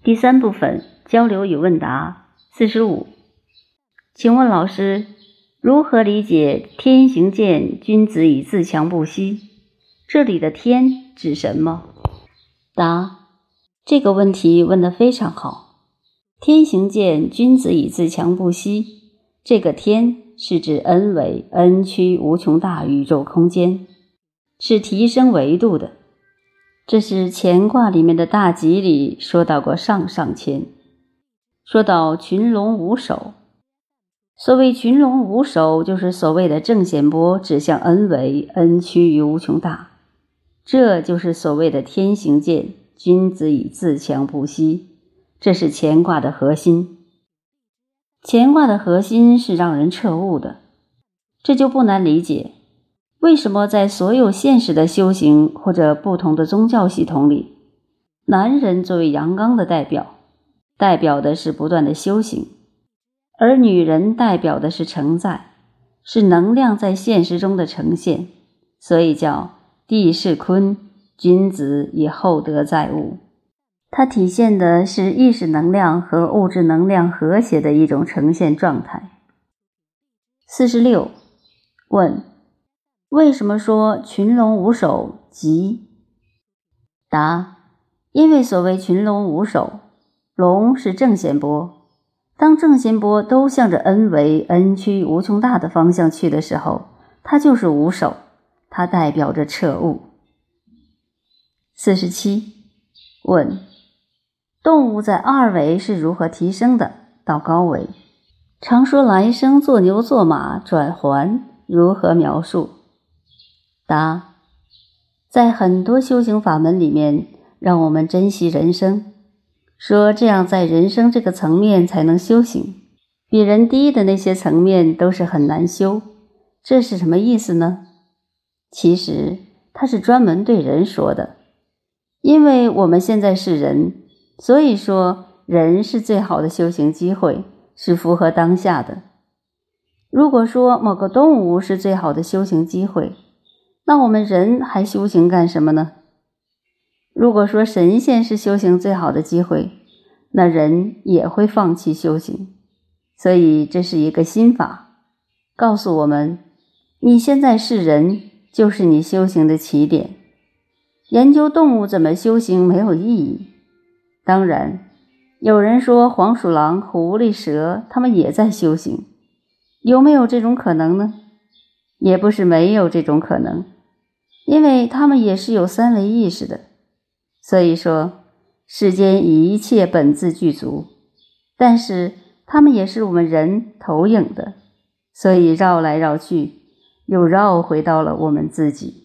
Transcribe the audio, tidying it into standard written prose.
第3部分交流与问答45。请问老师，如何理解天行健，君子以自强不息？这里的天指什么？答：这个问题问得非常好。天行健，君子以自强不息，这个天是指 n 维 n 趋无穷大宇宙空间，是提升维度的。这是乾卦里面的大吉里说到过上上签，说到群龙无首。所谓群龙无首，就是所谓的正弦波指向 n 维 n 趋于无穷大，这就是所谓的天行健，君子以自强不息，这是乾卦的核心。乾卦的核心是让人彻悟的，这就不难理解，为什么在所有现实的修行或者不同的宗教系统里，男人作为阳刚的代表的是不断的修行，而女人代表的是承载，是能量在现实中的呈现，所以叫地势坤，君子以厚德载物。它体现的是意识能量和物质能量和谐的一种呈现状态。46。问：为什么说群龙无首吉？答：因为所谓群龙无首，龙是正弦波，当正弦波都向着 n 维 n 趋无穷大的方向去的时候，它就是无首，它代表着彻悟。47。问：动物在2维是如何提升的到高维？常说来生做牛做马转还，如何描述？答：在很多修行法门里面，让我们珍惜人生，说这样在人生这个层面才能修行，比人低的那些层面都是很难修，这是什么意思呢？其实它是专门对人说的，因为我们现在是人，所以说人是最好的修行机会，是符合当下的。如果说某个动物是最好的修行机会，那我们人还修行干什么呢？如果说神仙是修行最好的机会，那人也会放弃修行。所以这是一个心法，告诉我们，你现在是人，就是你修行的起点。研究动物怎么修行没有意义。当然，有人说黄鼠狼、狐狸、蛇，他们也在修行，有没有这种可能呢？也不是没有这种可能，因为他们也是有3维意识的。所以说，世间一切本自具足，但是他们也是我们人投影的，所以绕来绕去，又绕回到了我们自己。